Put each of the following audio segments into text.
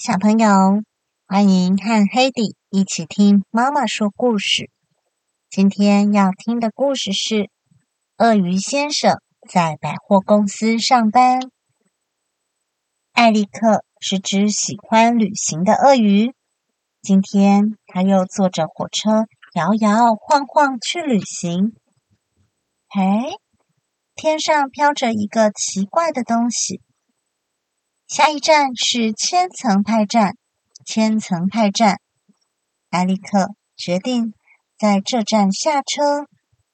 小朋友，欢迎和黑迪一起听妈妈说故事。今天要听的故事是《鳄鱼先生在百货公司上班》。艾利克是只喜欢旅行的鳄鱼，今天他又坐着火车摇摇晃晃去旅行。嘿，天上飘着一个奇怪的东西。下一站是千层派站，艾利克决定在这站下车。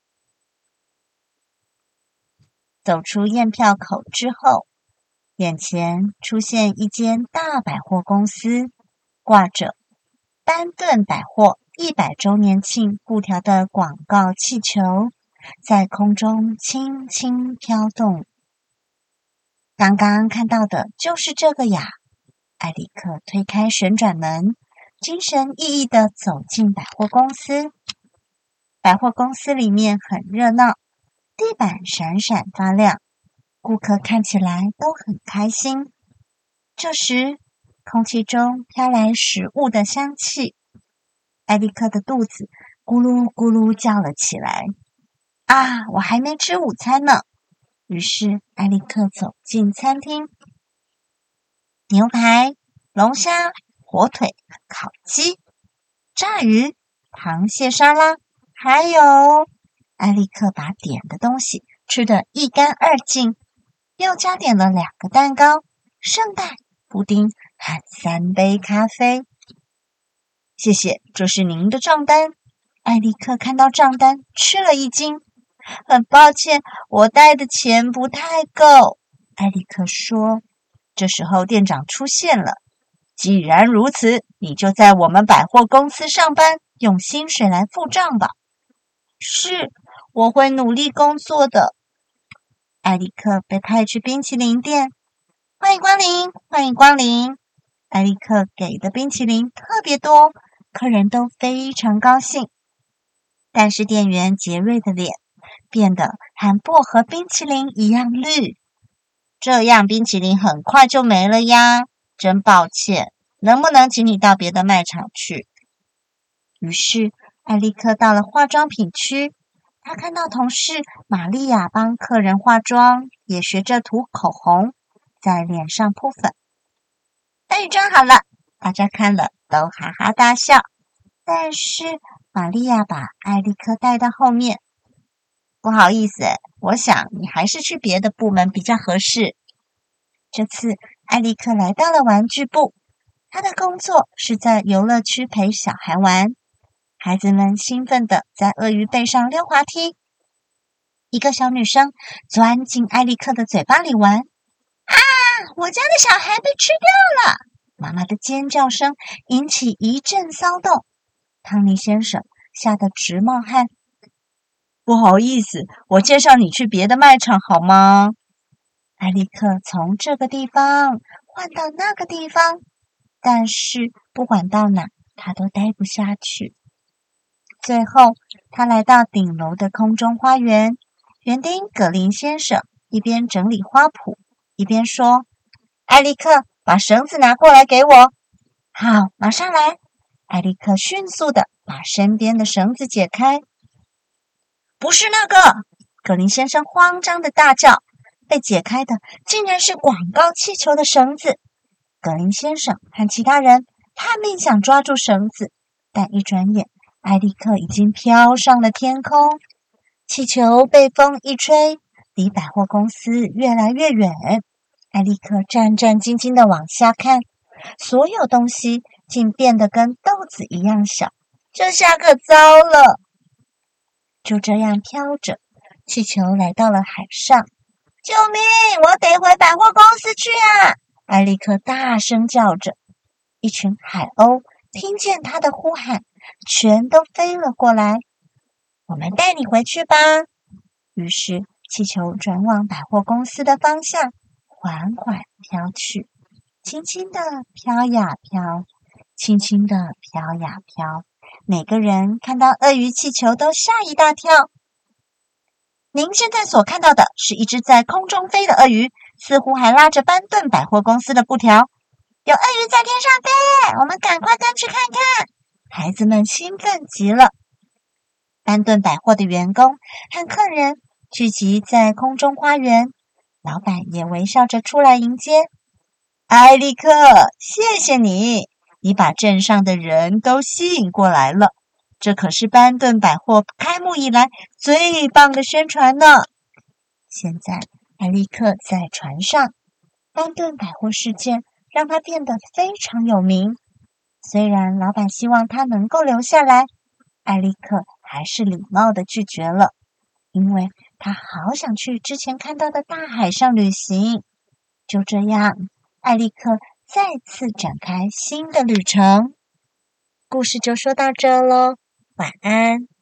走出验票口之后，眼前出现一间大百货公司，挂着班顿百货100周年庆布条的广告气球，在空中轻轻飘动。刚刚看到的就是这个呀！艾利克推开旋转门，精神奕奕地走进百货公司。百货公司里面很热闹，地板闪闪发亮，顾客看起来都很开心。这时，空气中飘来食物的香气，艾利克的肚子咕噜咕噜叫了起来。啊，我还没吃午餐呢！于是，艾利克走进餐厅。牛排、龙虾、火腿、烤鸡、炸鱼、螃蟹沙拉，还有艾利克把点的东西吃得一干二净，又加点了2个蛋糕、圣代、布丁和3杯咖啡。谢谢，这是您的账单。艾利克看到账单，吃了一惊。很抱歉，我带的钱不太够。艾利克说。这时候店长出现了。既然如此，你就在我们百货公司上班，用薪水来付账吧。是，我会努力工作的。艾利克被派去冰淇淋店。欢迎光临，欢迎光临。艾利克给的冰淇淋特别多，客人都非常高兴。但是店员杰瑞的脸变得和薄荷冰淇淋一样绿。这样冰淇淋很快就没了呀，真抱歉，能不能请你到别的卖场去？于是艾利克到了化妆品区，他看到同事玛利亚帮客人化妆，也学着涂口红，在脸上铺粉。备妆好了，大家看了都哈哈大笑。但是玛利亚把艾利克带到后面。不好意思，我想你还是去别的部门比较合适。这次艾利克来到了玩具部，他的工作是在游乐区陪小孩玩。孩子们兴奋地在鳄鱼背上溜滑梯。一个小女生钻进艾利克的嘴巴里玩。啊！我家的小孩被吃掉了！妈妈的尖叫声引起一阵骚动。汤尼先生吓得直冒汗。不好意思，我介绍你去别的卖场好吗？艾利克从这个地方换到那个地方，但是不管到哪，他都待不下去。最后，他来到顶楼的空中花园，园丁葛林先生一边整理花圃，一边说：“艾利克，把绳子拿过来给我。”好，马上来。艾利克迅速地把身边的绳子解开。不是那个！葛林先生慌张的大叫，被解开的竟然是广告气球的绳子。葛林先生和其他人拼命想抓住绳子，但一转眼，艾利克已经飘上了天空。气球被风一吹，离百货公司越来越远。艾利克战战兢兢地往下看，所有东西竟变得跟豆子一样小。这下可糟了！就这样飘着，气球来到了海上。救命！我得回百货公司去啊！艾利克大声叫着。一群海鸥听见他的呼喊，全都飞了过来。我们带你回去吧。于是气球转往百货公司的方向，缓缓飘去，轻轻地飘呀飘，轻轻地飘呀飘。每个人看到鳄鱼气球都吓一大跳。您现在所看到的是一只在空中飞的鳄鱼，似乎还拉着班顿百货公司的布条。 有鳄鱼在天上飞，我们赶快跟去看看！孩子们兴奋极了。班顿百货的员工和客人聚集在空中花园，老板也微笑着出来迎接。艾利克，谢谢你，你把镇上的人都吸引过来了。这可是班顿百货开幕以来最棒的宣传呢。现在，艾利克在船上，班顿百货事件让他变得非常有名。虽然老板希望他能够留下来，艾利克还是礼貌地拒绝了，因为他好想去之前看到的大海上旅行。就这样，艾利克再次展开新的旅程。故事就说到这咯，晚安。